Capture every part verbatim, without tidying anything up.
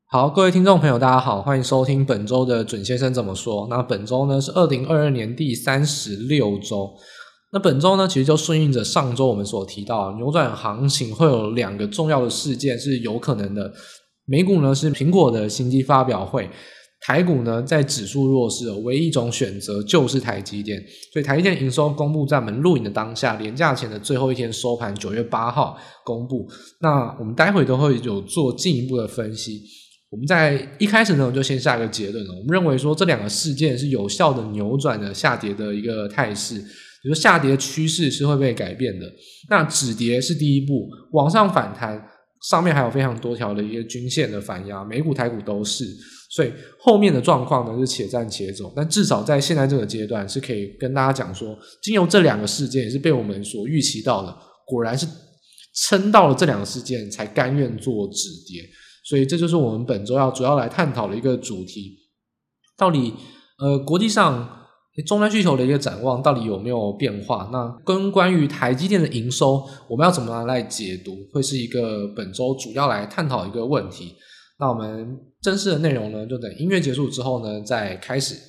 好，各位听众朋友大家好，欢迎收听本周的准先生怎么说。那本周呢是二零二二年第三十六周。那本周呢其实就顺应着上周我们所提到扭转行情会有两个重要的事件是有可能的。美股呢是苹果的新机发表会，台股呢在指数弱势，唯一一种选择就是台积电。所以台积电营收公布在我们录影的当下，连假前的最后一天收盘九月八号公布。那我们待会都会有做进一步的分析。我们在一开始呢，我们就先下一个结论了。我们认为说这两个事件是有效的扭转的下跌的一个态势，比如说下跌趋势是会被改变的。那止跌是第一步，往上反弹，上面还有非常多条的一个均线的反压，美股台股都是。所以后面的状况呢是且战且走，但至少在现在这个阶段是可以跟大家讲说，经由这两个事件也是被我们所预期到的，果然是撑到了这两个事件才甘愿做止跌。所以这就是我们本周要主要来探讨的一个主题，到底呃国际上终端需求的一个展望到底有没有变化，那跟关于台积电的营收我们要怎么来解读，会是一个本周主要来探讨一个问题。那我们正式的内容呢就等音乐结束之后呢再开始。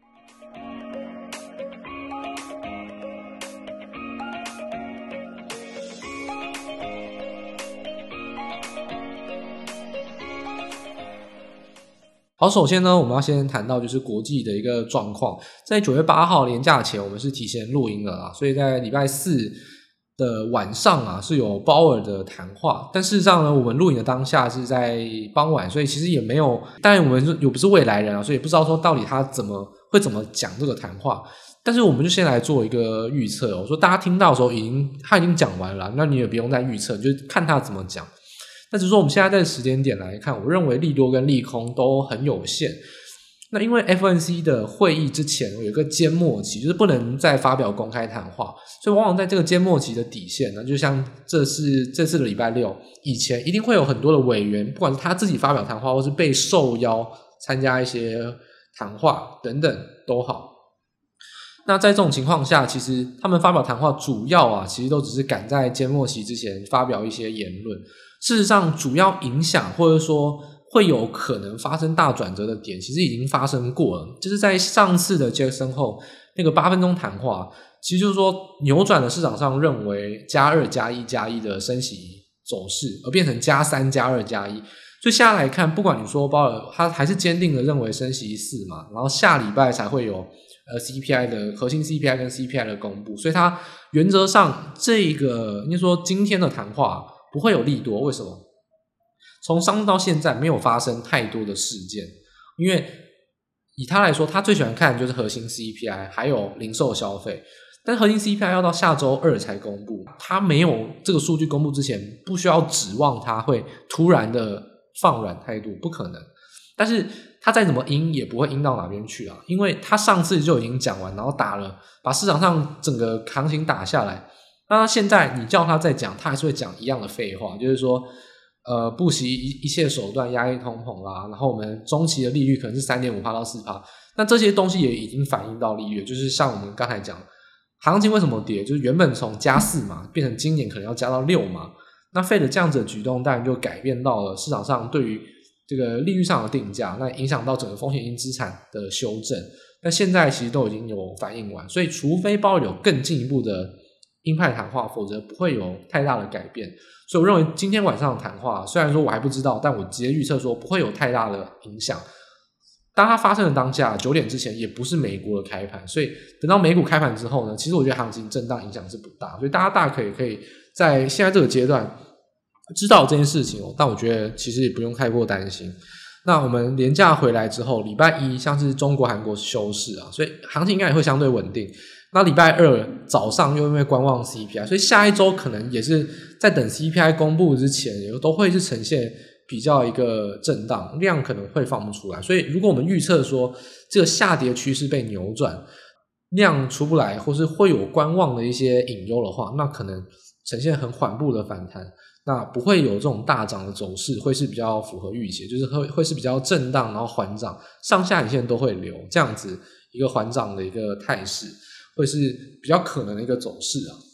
好，首先呢我们要先谈到就是国际的一个状况。在九月八号连假前我们是提前录音了啦，所以在礼拜四的晚上啊是有鲍尔的谈话，但事实上呢我们录影的当下是在傍晚，所以其实也没有，当然我们又不是未来人啊，所以也不知道说到底他怎么会怎么讲这个谈话。但是我们就先来做一个预测，我说大家听到的时候已经他已经讲完了，那你也不用再预测，就看他怎么讲。那只是说我们现在在时间点来看，我认为利多跟利空都很有限。那因为 F O M C 的会议之前有一个缄默期，就是不能再发表公开谈话，所以往往在这个缄默期的底线呢，就像这是这次的礼拜六以前，一定会有很多的委员，不管是他自己发表谈话，或是被受邀参加一些谈话等等都好。那在这种情况下，其实他们发表谈话主要啊，其实都只是赶在缄默期之前发表一些言论。事实上主要影响或者说会有可能发生大转折的点其实已经发生过了，就是在上次的杰克森后那个八分钟谈话，其实就是说扭转了市场上认为加二加一加一的升息走势，而变成加三加二加一。所以下来看，不管你说鲍尔他还是坚定的认为升息四嘛，然后下礼拜才会有呃 C P I 的核心 C P I 跟 C P I 的公布，所以他原则上这个应该说今天的谈话不会有利多。为什么？从上次到现在没有发生太多的事件，因为以他来说他最喜欢看的就是核心 C P I 还有零售消费，但是核心 C P I 要到下周二才公布，他没有这个数据公布之前不需要指望他会突然的放软态度，不可能。但是他再怎么阴也不会阴到哪边去啊，因为他上次就已经讲完，然后打了把市场上整个行情打下来，那现在你叫他再讲，他还是会讲一样的废话，就是说呃，不惜一一切手段压抑通膨啦，然后我们中期的利率可能是 百分之三点五 到 百分之四， 那这些东西也已经反映到利率，就是像我们刚才讲行情为什么跌，就是原本从加四嘛变成今年可能要加到六嘛，那 Fed 这样子的举动当然就改变到了市场上对于这个利率上的定价，那影响到整个风险性资产的修正，那现在其实都已经有反应完，所以除非鲍尔有更进一步的鹰派谈话，否则不会有太大的改变。所以我认为今天晚上的谈话虽然说我还不知道，但我直接预测说不会有太大的影响。当它发生的当下九点之前也不是美国的开盘，所以等到美股开盘之后呢，其实我觉得行情震荡影响是不大，所以大家大可以可以在现在这个阶段知道这件事情哦，但我觉得其实也不用太过担心。那我们连假回来之后，礼拜一像是中国韩国休市啊，所以行情应该也会相对稳定。那礼拜二早上又因为观望 C P I， 所以下一周可能也是在等 C P I 公布之前也都会是呈现比较一个震荡，量可能会放不出来。所以如果我们预测说这个下跌趋势被扭转，量出不来或是会有观望的一些隐忧的话，那可能呈现很缓步的反弹，那不会有这种大涨的走势，会是比较符合预期，就是会会是比较震荡然后缓涨，上下影线都会留，这样子一个缓涨的一个态势会是比较可能的一个走势啊。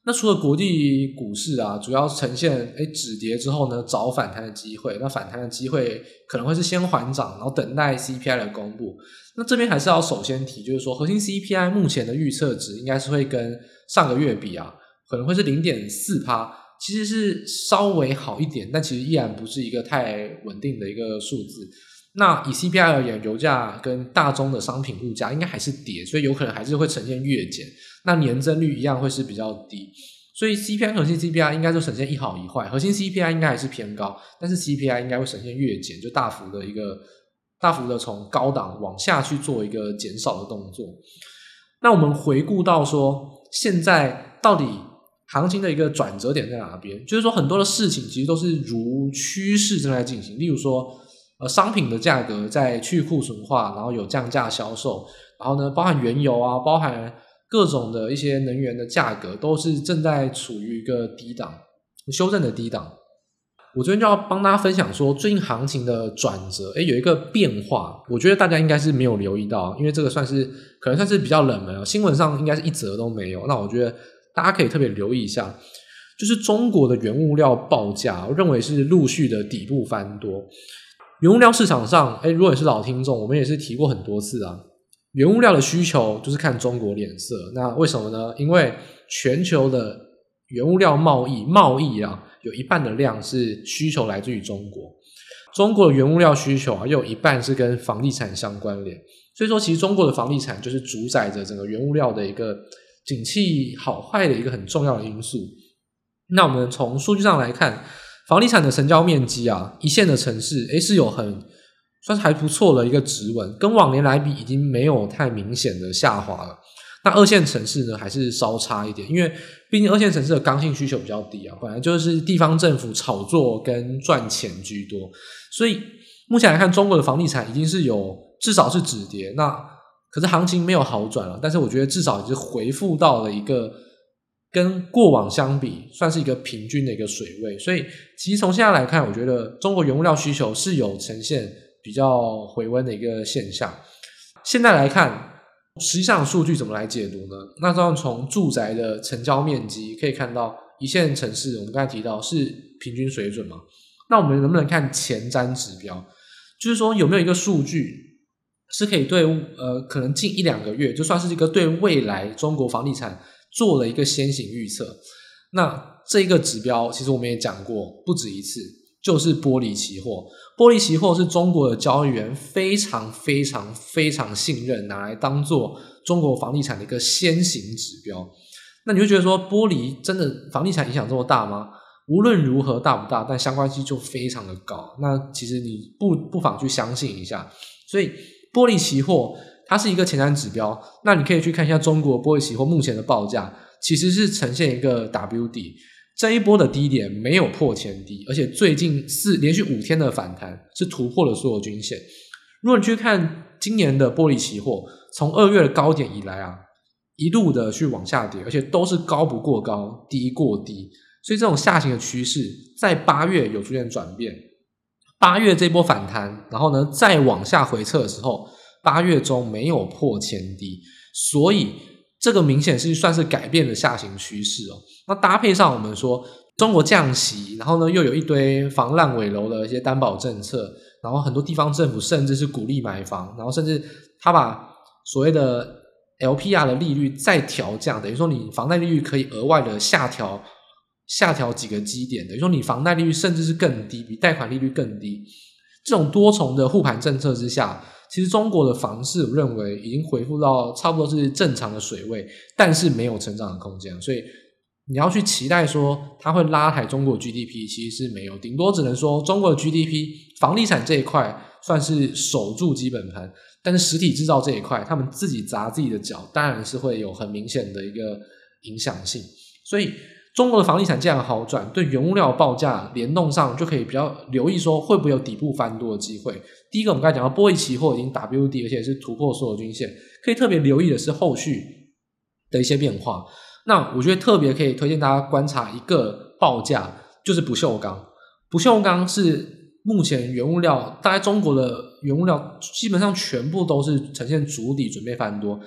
那除了国际股市啊，主要呈现诶止跌之后呢找反弹的机会，那反弹的机会可能会是先缓涨，然后等待 C P I 的公布。那这边还是要首先提，就是说核心 C P I 目前的预测值应该是会跟上个月比啊，可能会是 零点四 其实是稍微好一点，但其实依然不是一个太稳定的一个数字。那以 C P I 而言，油价跟大宗的商品物价应该还是跌，所以有可能还是会呈现月减，那年增率一样会是比较低，所以 C P I 核心 C P I 应该就呈现一好一坏，核心 C P I 应该还是偏高，但是 C P I 应该会呈现月减，就大幅的一个大幅的从高档往下去做一个减少的动作。那我们回顾到说现在到底行情的一个转折点在哪边，就是说很多的事情其实都是如趋势正在进行，例如说呃，商品的价格在去库存化，然后有降价销售，然后呢包含原油啊，包含各种的一些能源的价格都是正在处于一个低档修正的低档。我这边就要帮大家分享说最近行情的转折诶有一个变化，我觉得大家应该是没有留意到，因为这个算是可能算是比较冷门，新闻上应该是一则都没有，那我觉得大家可以特别留意一下，就是中国的原物料报价我认为是陆续的底部翻多。原物料市场上诶如果你是老听众，我们也是提过很多次啊，原物料的需求就是看中国脸色。那为什么呢？因为全球的原物料贸易贸易啊，有一半的量是需求来自于中国，中国的原物料需求啊，又有一半是跟房地产相关联，所以说其实中国的房地产就是主宰着整个原物料的一个景气好坏的一个很重要的因素。那我们从数据上来看，房地产的成交面积啊，一线的城市诶是有很算是还不错的一个止稳，跟往年来比已经没有太明显的下滑了。那二线城市呢还是稍差一点，因为毕竟二线城市的刚性需求比较低啊，本来就是地方政府炒作跟赚钱居多，所以目前来看中国的房地产已经是有至少是止跌，那可是行情没有好转了，但是我觉得至少已经回复到了一个跟过往相比算是一个平均的一个水位，所以其实从现在来看，我觉得中国原物料需求是有呈现比较回温的一个现象。现在来看实际上数据怎么来解读呢？那这样从住宅的成交面积可以看到一线城市我们刚才提到是平均水准嘛，那我们能不能看前瞻指标，就是说有没有一个数据是可以对呃可能近一两个月就算是一个对未来中国房地产做了一个先行预测。那这个指标其实我们也讲过不止一次，就是玻璃期货。玻璃期货是中国的交易员非常非常非常信任，拿来当做中国房地产的一个先行指标。那你会觉得说玻璃真的房地产影响这么大吗？无论如何大不大，但相关性就非常的高，那其实你不不妨去相信一下。所以玻璃期货它是一个前瞻指标，那你可以去看一下中国玻璃期货目前的报价其实是呈现一个 W 底，这一波的低点没有破前低，而且最近四连续五天的反弹是突破了所有均线。如果你去看今年的玻璃期货，从二月的高点以来啊，一路的去往下跌，而且都是高不过高，低过低，所以这种下行的趋势在八月有出现转变。八月这波反弹，然后呢再往下回撤的时候，八月中没有破前低，所以这个明显是算是改变了下行趋势哦。那搭配上我们说中国降息，然后呢又有一堆防烂尾楼的一些担保政策，然后很多地方政府甚至是鼓励买房，然后甚至他把所谓的 L P R 的利率再调降，等于说你房贷利率可以额外的下调下调几个基点，等于说你房贷利率甚至是更低，比贷款利率更低。这种多重的护盘政策之下，其实中国的房市我认为已经恢复到差不多是正常的水位，但是没有成长的空间，所以你要去期待说它会拉抬中国 G D P 其实是没有，顶多只能说中国的 G D P 房地产这一块算是守住基本盘，但是实体制造这一块他们自己砸自己的脚，当然是会有很明显的一个影响性。所以中国的房地产既然好转，对原物料报价联动上就可以比较留意说会不会有底部翻多的机会。第一个我们刚才讲到玻璃期货已经 W D 而且是突破所有均线，可以特别留意的是后续的一些变化。那我觉得特别可以推荐大家观察一个报价，就是不锈钢。不锈钢是目前原物料大概中国的原物料基本上全部都是呈现筑底准备翻多，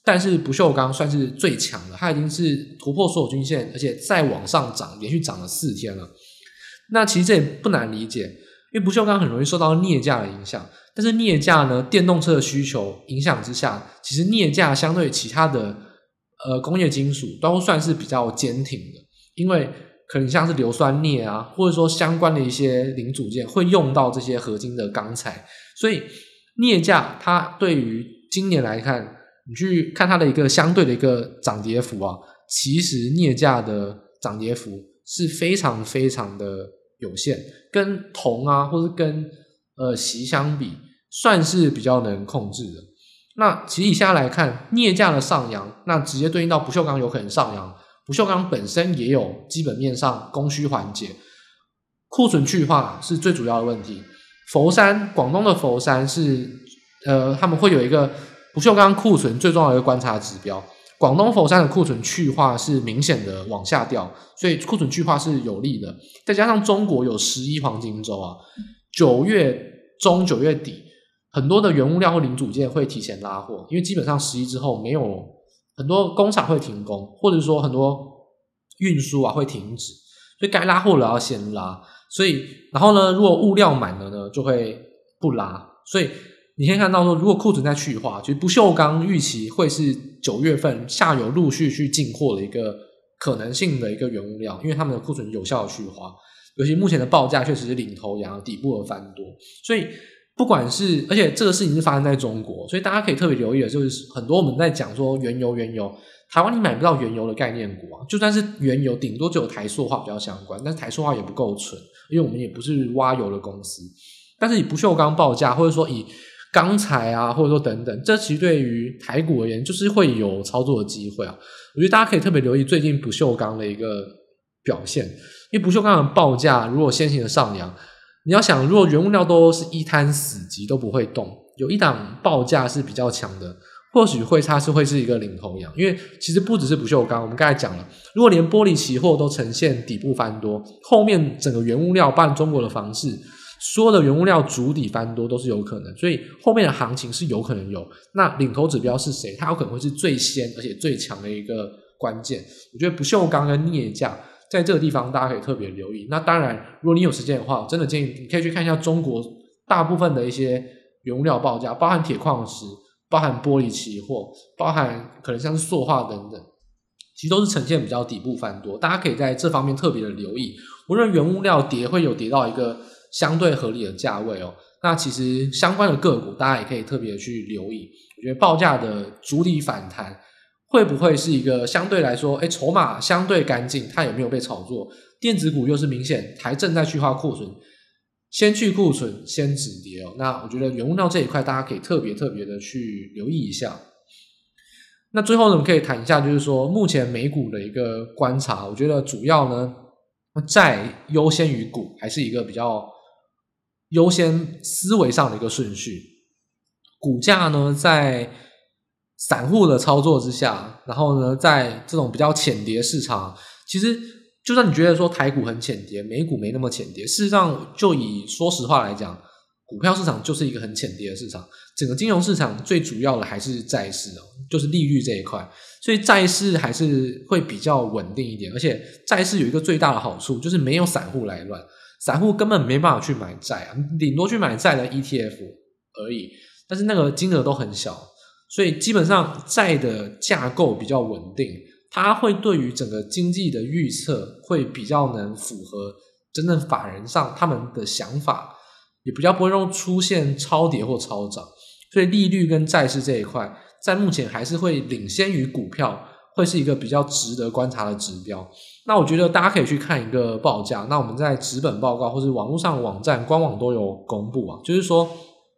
但是不锈钢算是最强的，它已经是突破所有均线，而且再往上涨，连续涨了四天了。那其实这也不难理解，因为不锈钢很容易受到镍价的影响，但是镍价呢，电动车的需求影响之下，其实镍价相对其他的呃工业金属都算是比较坚挺的，因为可能像是硫酸镍啊，或者说相关的一些零组件会用到这些合金的钢材，所以镍价它对于今年来看，你去看它的一个相对的一个涨跌幅啊，其实镍价的涨跌幅是非常非常的有限，跟铜啊或是跟呃锡相比，算是比较能控制的。那其实以下来看，镍价的上扬，那直接对应到不锈钢有可能上扬，不锈钢本身也有基本面上供需缓解，库存去化是最主要的问题。佛山，广东的佛山是呃，他们会有一个不锈钢库存最重要的一个观察指标，广东佛山的库存去化是明显的往下掉，所以库存去化是有利的。再加上中国有十一黄金周啊，九月中九月底，很多的原物料或零组件会提前拉货，因为基本上十一之后没有很多工厂会停工，或者说很多运输啊会停止，所以该拉货的要先拉。所以然后呢，如果物料满了呢，就会不拉。所以你可以看到说，如果库存在去化，就是不锈钢预期会是九月份下游陆续去进货的一个可能性的一个原物料，因为他们的库存有效的去化，尤其目前的报价确实是领头羊，底部的翻多。所以不管是，而且这个事情是发生在中国，所以大家可以特别留意的就是很多我们在讲说原油原油，台湾你买不到原油的概念股啊，就算是原油顶多只有台塑化比较相关，但是台塑化也不够纯，因为我们也不是挖油的公司。但是以不锈钢报价，或者说以钢材啊，或者说等等，这其实对于台股而言就是会有操作的机会啊。我觉得大家可以特别留意最近不锈钢的一个表现，因为不锈钢的报价如果先行的上扬，你要想如果原物料都是一滩死寂都不会动，有一档报价是比较强的，或许会它是会是一个领头羊。因为其实不只是不锈钢，我们刚才讲了，如果连玻璃期货都呈现底部翻多，后面整个原物料包含中国的房市所有的原物料主底翻多都是有可能，所以后面的行情是有可能有。那领头指标是谁？它有可能会是最先而且最强的一个关键。我觉得不锈钢跟镍价在这个地方大家可以特别留意。那当然如果你有时间的话，我真的建议你可以去看一下中国大部分的一些原物料报价，包含铁矿石，包含玻璃期货，包含可能像是塑化等等，其实都是呈现比较底部翻多，大家可以在这方面特别的留意。我认为原物料跌会有跌到一个相对合理的价位哦，那其实相关的个股大家也可以特别去留意。我觉得报价的主体反弹会不会是一个相对来说，诶筹码相对干净，它有没有被炒作？电子股又是明显还正在去化库存，先去库存先止跌哦。那我觉得原物料这一块大家可以特别特别的去留意一下。那最后呢，我们可以谈一下就是说目前美股的一个观察，我觉得主要呢债优先于股，还是一个比较优先思维上的一个顺序。股价呢在散户的操作之下，然后呢在这种比较浅跌市场，其实就算你觉得说台股很浅跌，美股没那么浅跌，事实上就以说实话来讲，股票市场就是一个很浅跌的市场，整个金融市场最主要的还是债市哦，就是利率这一块，所以债市还是会比较稳定一点。而且债市有一个最大的好处，就是没有散户来乱，散户根本没办法去买债啊，顶多去买债的 E T F 而已，但是那个金额都很小，所以基本上债的架构比较稳定，它会对于整个经济的预测会比较能符合真正法人上他们的想法，也比较不会让出现超跌或超涨。所以利率跟债市这一块在目前还是会领先于股票，会是一个比较值得观察的指标。那我觉得大家可以去看一个报价，那我们在纸本报告或是网络上网站官网都有公布啊，就是说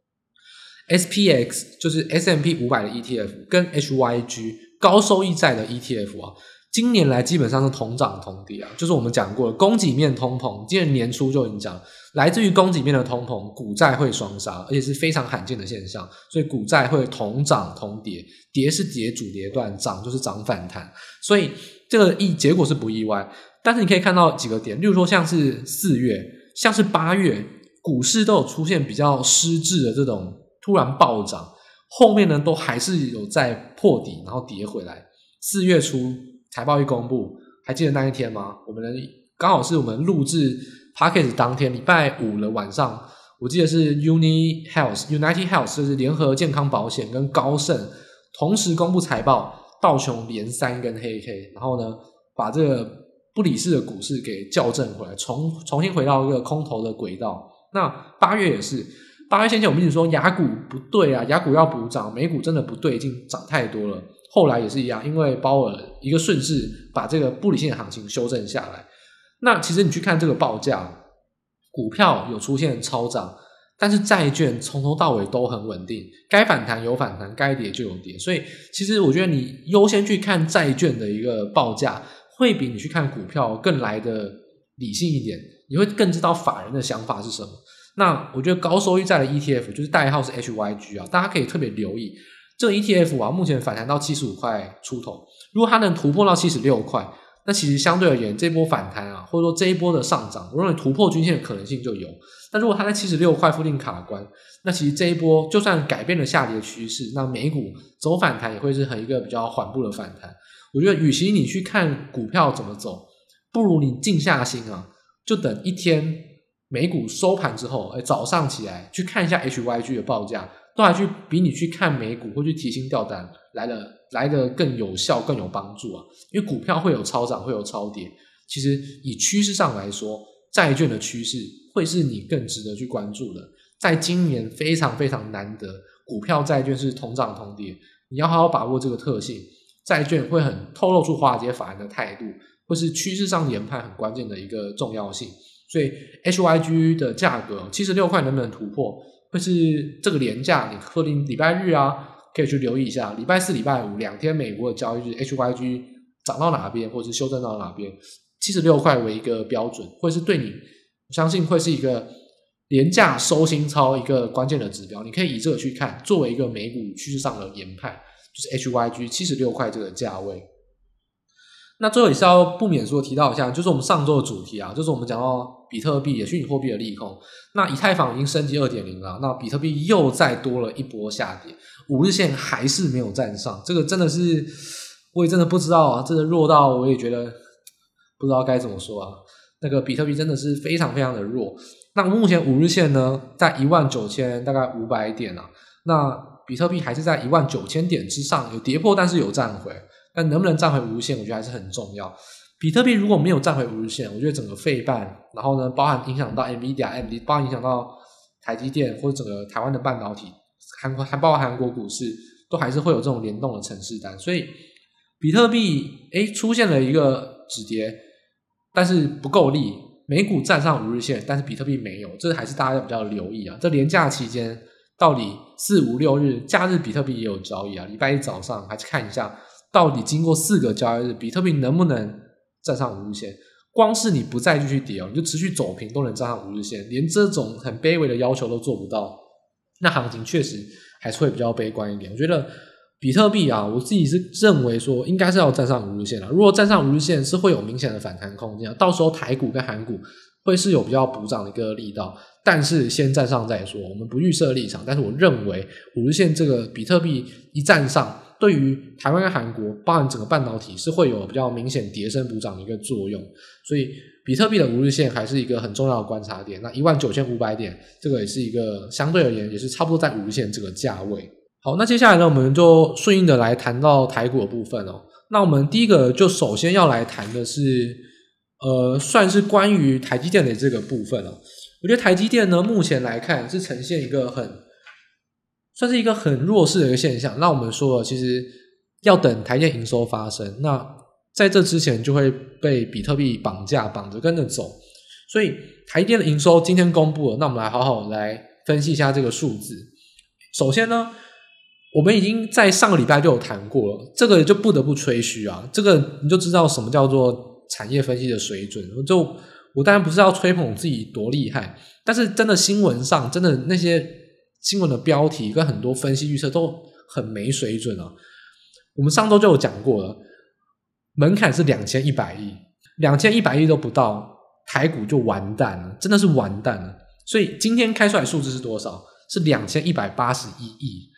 S P X 就是 S and P 五百 的 E T F 跟 H Y G 高收益债的 E T F 啊，今年来基本上是同涨同跌啊，就是我们讲过的供给面通膨，今年年初就已经讲，来自于供给面的通膨，股债会双杀，而且是非常罕见的现象，所以股债会同涨同跌，跌是跌主跌段，涨就是涨反弹，所以这个意结果是不意外。但是你可以看到几个点，例如说像是四月，像是八月，股市都有出现比较失智的这种突然暴涨， 后面呢都还是有在破底然后跌回来。四月初财报一公布，还记得那一天吗？我们刚好是我们录制 Podcast 当天礼拜五的晚上，我记得是 Uni Health United Health 就是联合健康保险跟高盛同时公布财报，道琼连三根黑 K， 然后呢把这个不理智的股市给校正回来，重重新回到一个空头的轨道。那八月也是，八月先前我们一直说亚股不对啊，亚股要补涨，美股真的不对劲，涨太多了。后来也是一样，因为鲍尔一个顺势把这个不理性的行情修正下来。那其实你去看这个报价，股票有出现超涨，但是债券从头到尾都很稳定，该反弹有反弹，该跌就有跌。所以其实我觉得你优先去看债券的一个报价，会比你去看股票更来的理性一点，你会更知道法人的想法是什么。那我觉得高收益债的 E T F 就是代号是 H Y G 啊，大家可以特别留意这个 E T F 啊，目前反弹到七十五块出头，如果它能突破到七十六块，那其实相对而言这波反弹啊，或者说这一波的上涨，我认为突破均线的可能性就有。但如果它在七十六块附近卡关，那其实这一波就算改变了下跌趋势，那美股走反弹也会是很一个比较缓步的反弹。我觉得与其你去看股票怎么走，不如你静下心啊，就等一天美股收盘之后，诶早上起来去看一下 H Y G 的报价，都还去比你去看美股或去提心吊胆来的来的更有效更有帮助啊。因为股票会有超涨会有超跌，其实以趋势上来说，债券的趋势会是你更值得去关注的。在今年非常非常难得，股票债券是同涨同跌，你要好好把握这个特性。债券会很透露出华尔街法人的态度，会是趋势上研判很关键的一个重要性。所以 H Y G 的价格七十六块能不能突破，会是这个连假你特定礼拜日啊可以去留意一下，礼拜四礼拜五两天美国的交易日 H Y G 涨到哪边或者是修正到哪边，七十六块为一个标准，会是对你我相信会是一个连假收心操一个关键的指标，你可以以这个去看，作为一个美股趋势上的研判，就是 H Y G 七十六块这个价位。那最后也是要不免说提到一下，就是我们上周的主题啊，就是我们讲到比特币也虚拟货币的利空，那以太坊已经升级 二点零 了，那比特币又再多了一波下跌，五日线还是没有站上，这个真的是我也真的不知道啊，真的弱到我也觉得不知道该怎么说啊，那个比特币真的是非常非常的弱。那目前五日线呢在一万九千大概五百点啊，那比特币还是在一万九千点之上，有跌破但是有站回，但能不能站回五日线我觉得还是很重要。比特币如果没有站回五日线，我觉得整个费半，然后呢包含影响到 Nvidia、A M D， 包含影响到台积电或者整个台湾的半导体，韩国还包括韩国股市，都还是会有这种联动的程式单。所以比特币诶出现了一个止跌，但是不够力，美股站上五日线，但是比特币没有，这还是大家要比较留意啊。这连假期间到底四五六日假日比特币也有交易啊，礼拜一早上还是看一下到底经过四个交易日比特币能不能站上五日线。光是你不再继续跌哦，你就持续走平都能站上五日线，连这种很卑微的要求都做不到，那行情确实还是会比较悲观一点。我觉得比特币啊，我自己是认为说应该是要站上五日线啦，如果站上五日线是会有明显的反弹空间，到时候台股跟韩股会是有比较补涨的一个力道，但是先站上再说，我们不预设立场，但是我认为五日线这个比特币一站上，对于台湾跟韩国包含整个半导体是会有比较明显跌升补涨的一个作用，所以比特币的五日线还是一个很重要的观察点。那一万九千五百点这个也是一个相对而言也是差不多在五日线这个价位。好，那接下来呢我们就顺应的来谈到台股的部分哦。那我们第一个就首先要来谈的是呃，算是关于台积电的这个部分哦。我觉得台积电呢目前来看是呈现一个很算是一个很弱势的一个现象。那我们说了其实要等台积电营收发生，那在这之前就会被比特币绑架绑着跟着走，所以台积电的营收今天公布了，那我们来好好来分析一下这个数字。首先呢我们已经在上个礼拜就有谈过了，这个就不得不吹嘘啊，这个你就知道什么叫做产业分析的水准。就我当然不是要吹捧自己多厉害，但是真的新闻上真的那些新闻的标题跟很多分析预测都很没水准啊。我们上周就有讲过了，门槛是两千一百亿，两千一百亿都不到，台股就完蛋了，真的是完蛋了。所以今天开出来数字是多少？是两千一百八十一亿。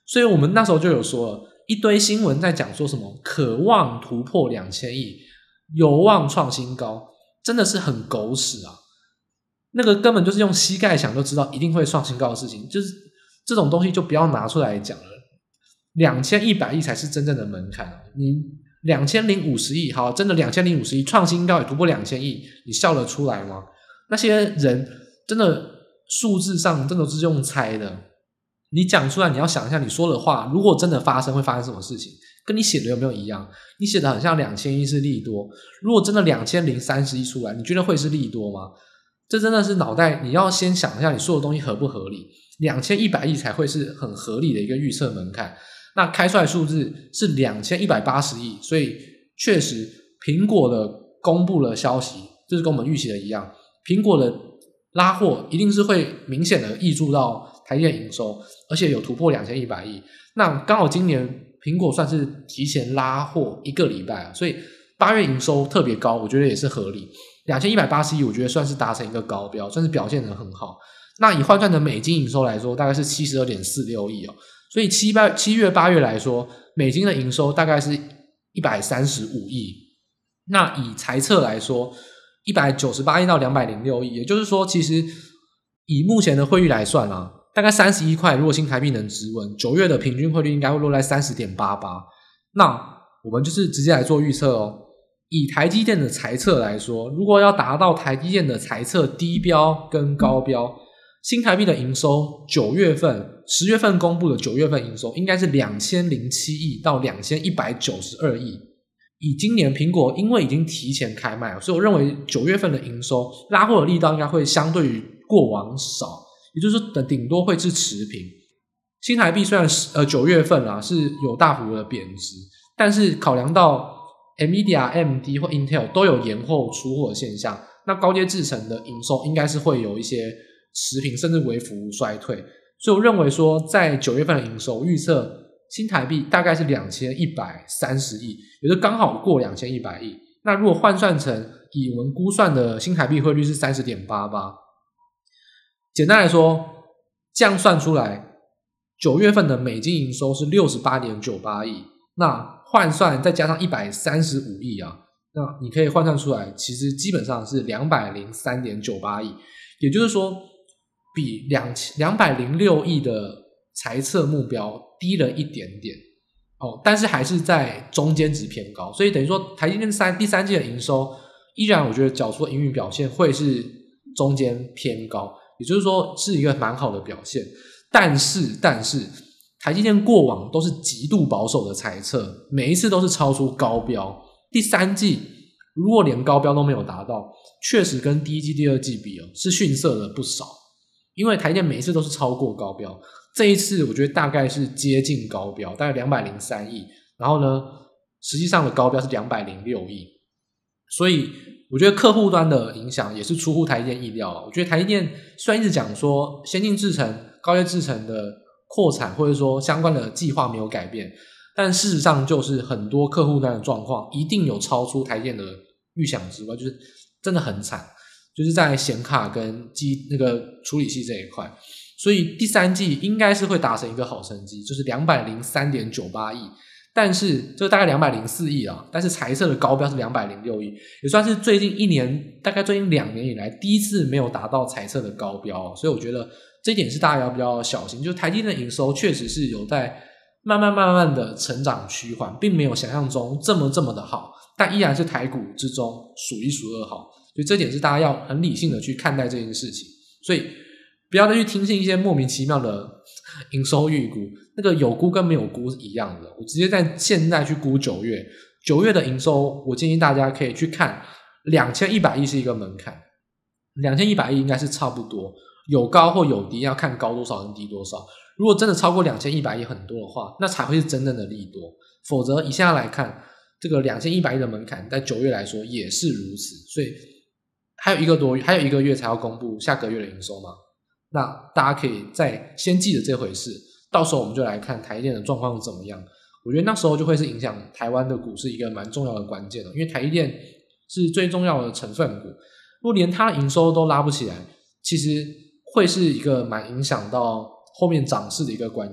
所以我们那时候就有说了一堆新闻在讲说什么渴望突破两千亿，有望创新高，真的是很狗屎啊！那个根本就是用膝盖想就知道一定会创新高的事情，就是这种东西就不要拿出来讲了。两千一百亿才是真正的门槛，你两千零五十亿，好，真的两千零五十亿创新高也突破两千亿，你笑得出来吗？那些人真的数字上真的是用猜的，你讲出来你要想一下你说的话如果真的发生会发生什么事情，跟你写的有没有一样？你写的很像两千亿是利多，如果真的两千零三十亿出来，你觉得会是利多吗？这真的是脑袋你要先想一下你说的东西合不合理，两千一百亿才会是很合理的一个预测门槛。那开出来数字是两千一百八十亿，所以确实苹果的公布了消息，这是跟我们预期的一样，苹果的拉货一定是会明显的挹注到台积电营收，而且有突破两千一百亿。那刚好今年苹果算是提前拉货一个礼拜，所以八月营收特别高，我觉得也是合理。两千一百八十亿我觉得算是达成一个高标，算是表现得很好。那以换算成美金营收来说，大概是 七十二点四六亿哦。所以七八七月八月来说，美金的营收大概是一百三十五亿。那以财测来说，一百九十八亿到两百零六亿，也就是说，其实以目前的汇率来算啊，大概三十一块，如果新台币能止稳，九月的平均汇率应该会落在 三十点八八。那我们就是直接来做预测哦。以台积电的财测来说，如果要达到台积电的财测低标跟高标，新台币的营收九月份十月份公布的九月份营收应该是两千零七亿到两千一百九十二亿。以今年苹果因为已经提前开卖，所以我认为九月份的营收拉货的力道应该会相对于过往少，也就是说顶多会是持平。新台币虽然呃九月份啊是有大幅的贬值，但是考量到 Nvidia、A M D 或 Intel 都有延后出货的现象，那高阶制程的营收应该是会有一些持平甚至微幅衰退，所以我认为说在九月份的营收预测新台币大概是两千一百三十亿，也就刚好过两千一百亿。那如果换算成以我们估算的新台币汇率是 三十点八八， 简单来说这样算出来九月份的美金营收是 六十八点九八亿，那换算再加上一百三十五亿啊，那你可以换算出来其实基本上是 两百零三点九八亿，也就是说比两百零六亿的财测目标低了一点点哦，但是还是在中间值偏高，所以等于说台积电三第三季的营收依然我觉得缴出的营运表现会是中间偏高，也就是说是一个蛮好的表现。但是但是台积电过往都是极度保守的财测，每一次都是超出高标，第三季如果连高标都没有达到，确实跟第一季第二季比哦是逊色了不少，因为台积电每一次都是超过高标，这一次我觉得大概是接近高标，大概两百零三亿，然后呢实际上的高标是两百零六亿，所以我觉得客户端的影响也是出乎台积电意料。我觉得台积电虽然一直讲说先进制程高阶制程的扩产或者说相关的计划没有改变，但事实上就是很多客户端的状况一定有超出台积电的预想之外，就是真的很惨，就是在显卡跟机那个处理器这一块，所以第三季应该是会达成一个好成绩，就是 两百零三点九八亿，但是这大概两百零四亿啊，但是财测的高标是两百零六亿，也算是最近一年大概最近两年以来第一次没有达到财测的高标，所以我觉得这一点是大家要比较小心，就是台积电的营收确实是有在慢慢慢慢的成长趋缓，并没有想象中这么这么的好，但依然是台股之中数一数二好，所以这点是大家要很理性的去看待这件事情，所以不要再去听信一些莫名其妙的营收预估，那个有估跟没有估是一样的，我直接在现在去估九月九月的营收，我建议大家可以去看两千一百亿是一个门槛，两千一百亿应该是差不多，有高或有低，要看高多少跟低多少，如果真的超过两千一百亿很多的话，那才会是真正的利多，否则以现在来看这个两千一百亿的门槛在九月来说也是如此，所以还有一个多月还有一个月才要公布下个月的营收嘛，那大家可以再先记得这回事，到时候我们就来看台积电的状况怎么样，我觉得那时候就会是影响台湾的股市一个蛮重要的关键了，因为台积电是最重要的成分股，如果连它的营收都拉不起来，其实会是一个蛮影响到后面涨势的一个关键，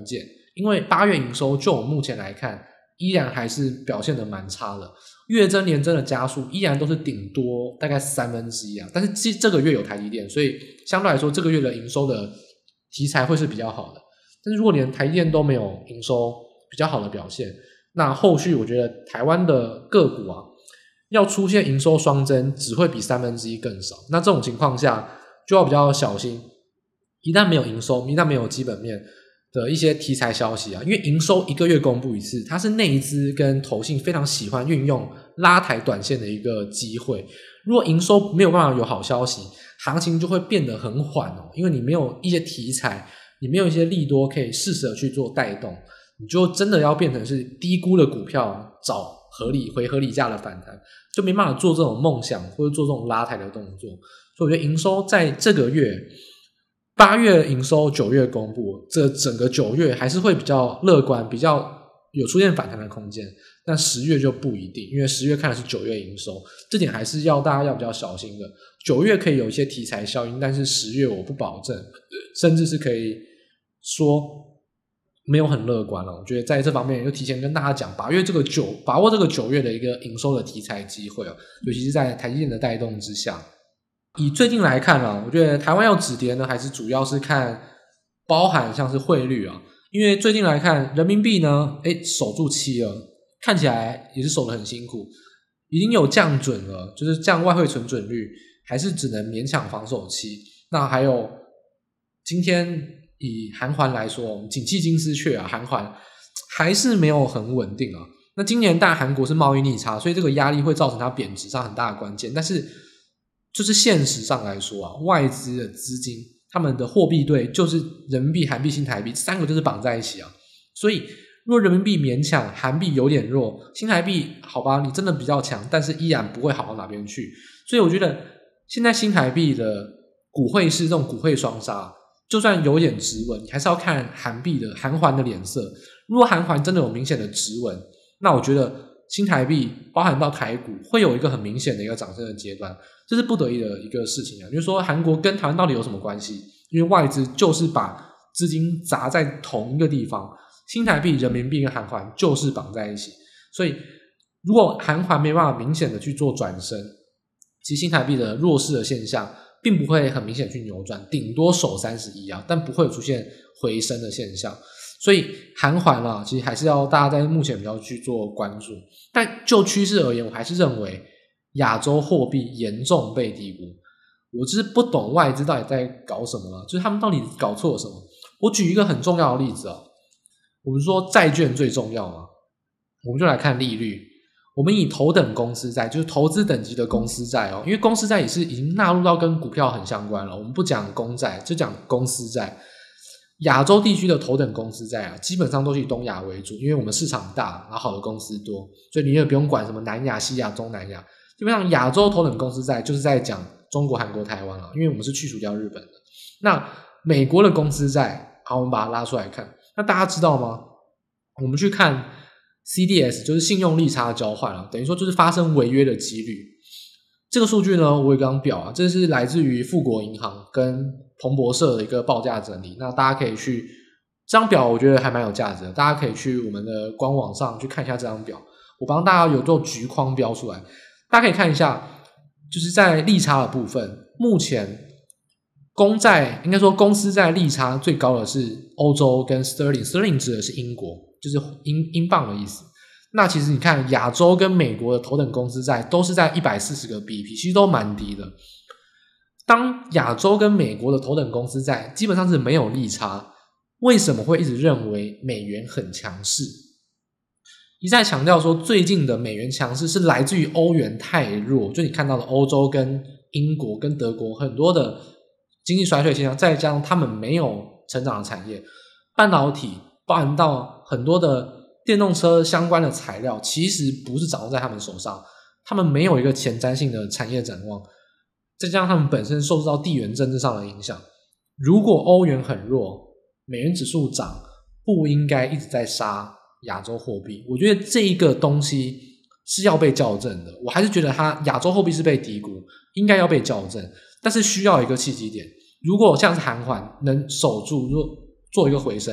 因为八月营收就我目前来看依然还是表现得蛮差的，月增年增的加速依然都是顶多大概三分之一啊，但是这这个月有台积电，所以相对来说这个月的营收的题材会是比较好的。但是如果连台积电都没有营收比较好的表现，那后续我觉得台湾的个股啊要出现营收双增只会比三分之一更少，那这种情况下就要比较小心，一旦没有营收，一旦没有基本面的一些题材消息啊，因为营收一个月公布一次，它是内资跟投信非常喜欢运用拉抬短线的一个机会。如果营收没有办法有好消息，行情就会变得很缓哦，因为你没有一些题材，你没有一些利多可以适时的去做带动，你就真的要变成是低估的股票找合理回合理价的反弹，就没办法做这种梦想或者做这种拉抬的动作。所以我觉得营收在这个月八月营收九月公布，这整个九月还是会比较乐观，比较有出现反弹的空间，但十月就不一定，因为十月看的是九月营收，这点还是要大家要比较小心的。九月可以有一些题材效应，但是十月我不保证，甚至是可以说没有很乐观了。我觉得在这方面就提前跟大家讲，八月这个九把握这个九月的一个营收的题材机会哦，尤其是在台积电的带动之下。以最近来看啊，我觉得台湾要止跌呢，还是主要是看包含像是汇率啊，因为最近来看人民币呢，诶守住七了，看起来也是守得很辛苦，已经有降准了，就是降外汇存准率，还是只能勉强防守七。那还有今天以韩环来说，景气金丝雀啊，韩环还是没有很稳定啊。那今年当然韩国是贸易逆差，所以这个压力会造成它贬值上很大的关键，但是就是现实上来说啊，外资的资金他们的货币对就是人民币、韩币、新台币三个就是绑在一起啊，所以如果人民币勉强，韩币有点弱，新台币好吧你真的比较强，但是依然不会好到哪边去。所以我觉得现在新台币的股汇是这种股汇双杀，就算有点止稳，你还是要看韩币的韩环的脸色。如果韩环真的有明显的止稳，那我觉得新台币包含到台股会有一个很明显的一个涨升的阶段，这是不得已的一个事情啊。就是说韩国跟台湾到底有什么关系？因为外资就是把资金砸在同一个地方，新台币、人民币跟韩环就是绑在一起，所以如果韩环没办法明显的去做转身，其实新台币的弱势的现象并不会很明显去扭转，顶多守三十一啊，但不会有出现回升的现象。所以韩环啊，其实还是要大家在目前比较去做关注。但就趋势而言，我还是认为亚洲货币严重被低估。我只是不懂外资到底在搞什么了，就是他们到底搞错了什么。我举一个很重要的例子啊，我们说债券最重要嘛，我们就来看利率。我们以头等公司债，就是投资等级的公司债哦，因为公司债也是已经纳入到跟股票很相关了。我们不讲公债，就讲公司债。亚洲地区的头等公司债啊，基本上都是以东亚为主，因为我们市场大，然后好的公司多，所以你也不用管什么南亚、西亚、中南亚。基本上亚洲头等公司债就是在讲中国、韩国、台湾了，因为我们是去除掉日本的。那美国的公司债，好，我们把它拉出来看。那大家知道吗？我们去看 C D S， 就是信用利差交换啊，等于说就是发生违约的几率。这个数据呢，我有刚表啊，这是来自于富国银行跟彭博社的一个报价整理。那大家可以去这张表，我觉得还蛮有价值的，大家可以去我们的官网上去看一下这张表。我帮大家有做橘框标出来，大家可以看一下，就是在利差的部分，目前公债应该说公司债利差最高的是欧洲跟 Sterling， Sterling 指的是英国，就是英英镑的意思。那其实你看亚洲跟美国的头等公司债都是在一百四十个 B P， 其实都蛮低的。当亚洲跟美国的头等公司债基本上是没有利差，为什么会一直认为美元很强势？一再强调说最近的美元强势是来自于欧元太弱，就你看到的欧洲跟英国跟德国很多的经济衰退现象，再加上他们没有成长的产业，半导体包含到很多的电动车相关的材料其实不是掌握在他们手上，他们没有一个前瞻性的产业展望，再加上他们本身受到地缘政治上的影响。如果欧元很弱，美元指数涨，不应该一直在杀亚洲货币。我觉得这一个东西是要被校正的，我还是觉得它亚洲货币是被低估，应该要被校正，但是需要一个契机点。如果像是韩环能守住做一个回升，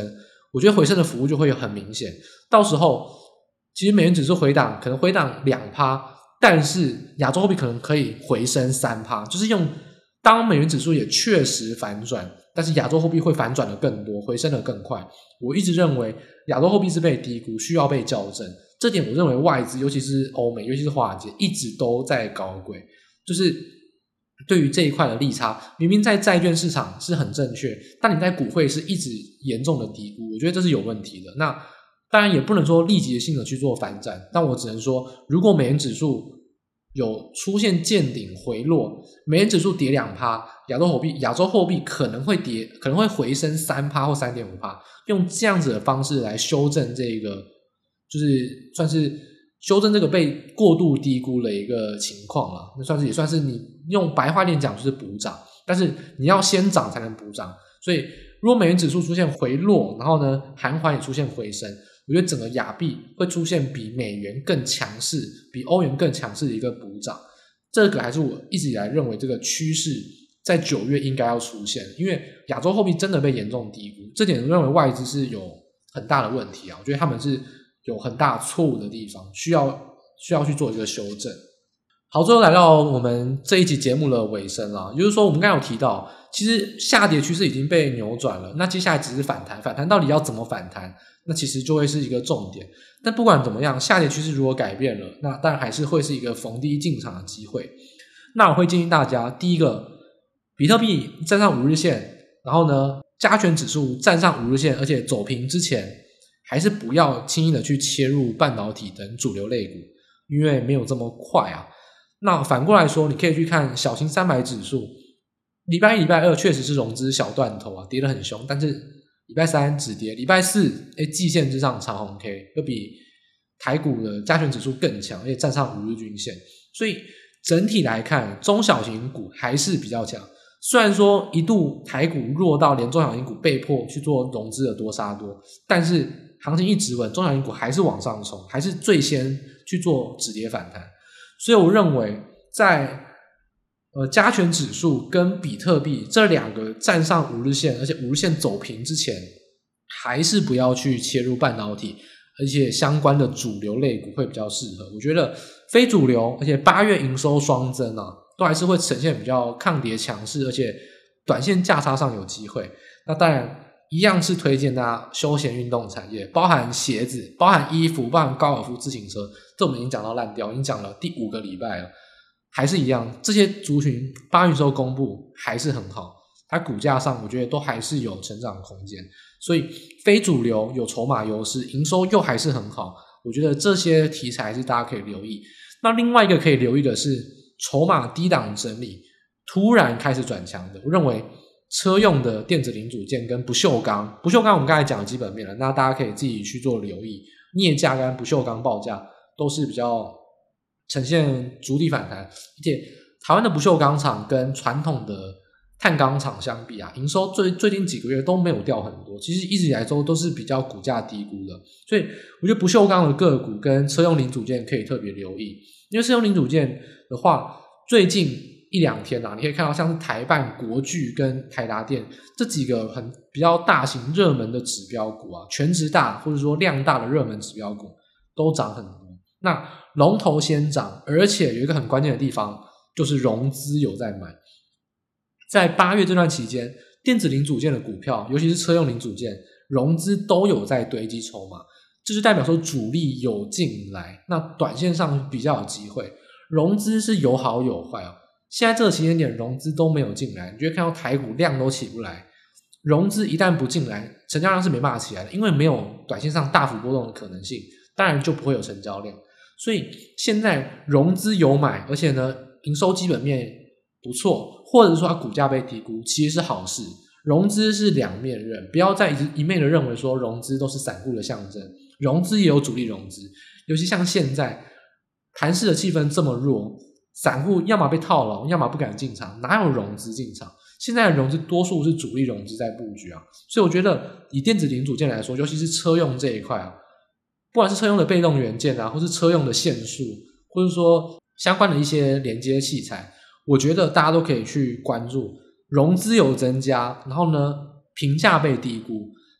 我觉得回升的幅度就会有很明显。到时候其实美元指数回档可能回档 百分之二， 但是亚洲货币可能可以回升 百分之三， 就是用当美元指数也确实反转，但是亚洲货币会反转的更多，回升的更快。我一直认为亚洲货币是被低估，需要被校正，这点我认为外资尤其是欧美尤其是华尔街一直都在高轨，就是对于这一块的利差明明在债券市场是很正确，但你在股汇是一直严重的低估，我觉得这是有问题的。那当然也不能说立即性的去做反转，但我只能说如果美元指数有出现见顶回落，美元指数跌 百分之二， 亚洲货币亚洲货币可能会跌可能会回升 百分之三 或 百分之三点五， 用这样子的方式来修正这个就是算是修正这个被过度低估的一个情况啦，那算是也算是你用白话点讲就是补涨，但是你要先涨才能补涨，所以如果美元指数出现回落，然后呢韩环也出现回升，我觉得整个亚币会出现比美元更强势比欧元更强势的一个补涨，这个还是我一直以来认为这个趋势在九月应该要出现，因为亚洲货币真的被严重低估，这点我认为外资是有很大的问题啊，我觉得他们是有很大错误的地方，需要需要去做一个修正。好，最后来到我们这一集节目的尾声啦，也就是说我们刚才有提到其实下跌趋势已经被扭转了，那接下来只是反弹，反弹到底要怎么反弹，那其实就会是一个重点。但不管怎么样，下跌趋势如果改变了，那当然还是会是一个逢低进场的机会。那我会建议大家，第一个比特币站上五日线，然后呢加权指数站上五日线而且走平之前，还是不要轻易的去切入半导体等主流类股，因为没有这么快啊。那反过来说，你可以去看小型三百指数，礼拜一礼拜二确实是融资小断头啊，跌得很凶，但是礼拜三止跌，礼拜四诶季线之上长红 K， 又比台股的加权指数更强，而且站上五日均线，所以整体来看中小型股还是比较强。虽然说一度台股弱到连中小型股被迫去做融资的多杀多，但是行情一直稳，中小型股还是往上冲，还是最先去做止跌反弹。所以我认为在呃加权指数跟比特币这两个站上五日线而且五日线走平之前，还是不要去切入半导体而且相关的主流类股会比较适合。我觉得非主流而且八月营收双增啊，都还是会呈现比较抗跌强势，而且短线价差上有机会。那当然一样是推荐大家休闲运动产业，包含鞋子，包含衣服，包含高尔夫自行车，这我们已经讲到烂掉，已经讲了第五个礼拜了，还是一样，这些族群八月之后公布还是很好，它股价上我觉得都还是有成长空间，所以非主流有筹码优势，营收又还是很好，我觉得这些题材是大家可以留意。那另外一个可以留意的是筹码低档整理突然开始转强的，我认为车用的电子零组件跟不锈钢，不锈钢我们刚才讲的基本面了，那大家可以自己去做留意，镍价跟不锈钢报价都是比较呈现逐底反弹，而且台湾的不锈钢厂跟传统的碳钢厂相比啊，营收最最近几个月都没有掉很多，其实一直以来都都是比较股价低估的，所以我觉得不锈钢的个股跟车用零组件可以特别留意。因为车用零组件的话，最近一两天啊，你可以看到像是台半、国巨跟台达电这几个很比较大型热门的指标股啊，全值大或者说量大的热门指标股都涨很多。那龙头先涨，而且有一个很关键的地方，就是融资有在买。在八月这段期间，电子零组件的股票，尤其是车用零组件，融资都有在堆积筹码，这就代表说主力有进来，那短线上比较有机会。融资是有好有坏哦。现在这个期间点融资都没有进来，你就会看到台股量都起不来。融资一旦不进来，成交量是没办法起来的，因为没有短线上大幅波动的可能性，当然就不会有成交量。所以现在融资有买，而且呢营收基本面不错，或者说它股价被低估，其实是好事。融资是两面刃，不要再一昧的认为说融资都是散户的象征，融资也有主力融资，尤其像现在盘市的气氛这么弱，散户要么被套牢，要么不敢进场，哪有融资进场？现在的融资多数是主力融资在布局啊，所以我觉得以电子零组件来说，尤其是车用这一块啊，不管是车用的被动元件啊，或是车用的线束，或者说相关的一些连接器材，我觉得大家都可以去关注，融资有增加，然后呢评价被低估，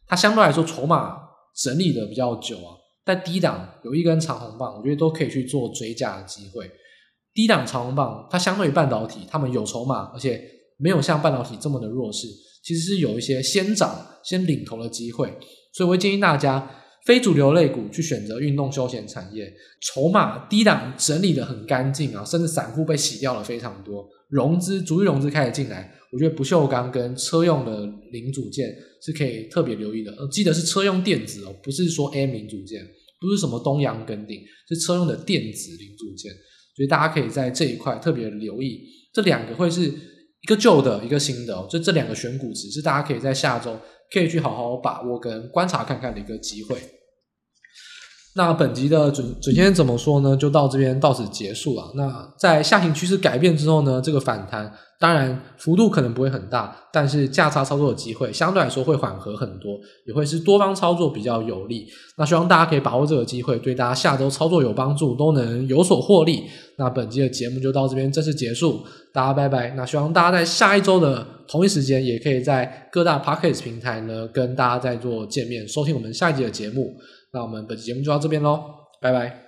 它相对来说筹码整理的比较久啊，在低档有一根长红棒，我觉得都可以去做追价的机会。低档长红棒它相对于半导体，他们有筹码，而且没有像半导体这么的弱势，其实是有一些先涨先领头的机会，所以我会建议大家非主流类股去选择运动休闲产业，筹码低档整理的很干净啊，甚至散户被洗掉了非常多，融资逐日融资开始进来，我觉得不锈钢跟车用的零组件是可以特别留意的，呃，记得是车用电子哦，不是说 A M 零组件，不是什么东阳跟鼎，是车用的电子零组件，所以大家可以在这一块特别留意，这两个会是一个旧的一个新的哦，就这两个选股值是大家可以在下周可以去好好把握跟观察看看的一个机会。那本集的准准先怎么说呢，就到这边到此结束了。那在下行趋势改变之后呢，这个反弹当然幅度可能不会很大，但是价差操作的机会相对来说会缓和很多，也会是多方操作比较有利。那希望大家可以把握这个机会，对大家下周操作有帮助，都能有所获利。那本期的节目就到这边正式结束，大家拜拜。那希望大家在下一周的同一时间也可以在各大 Podcast 平台呢跟大家再做见面，收听我们下一集的节目。那我们本期节目就到这边咯，拜拜。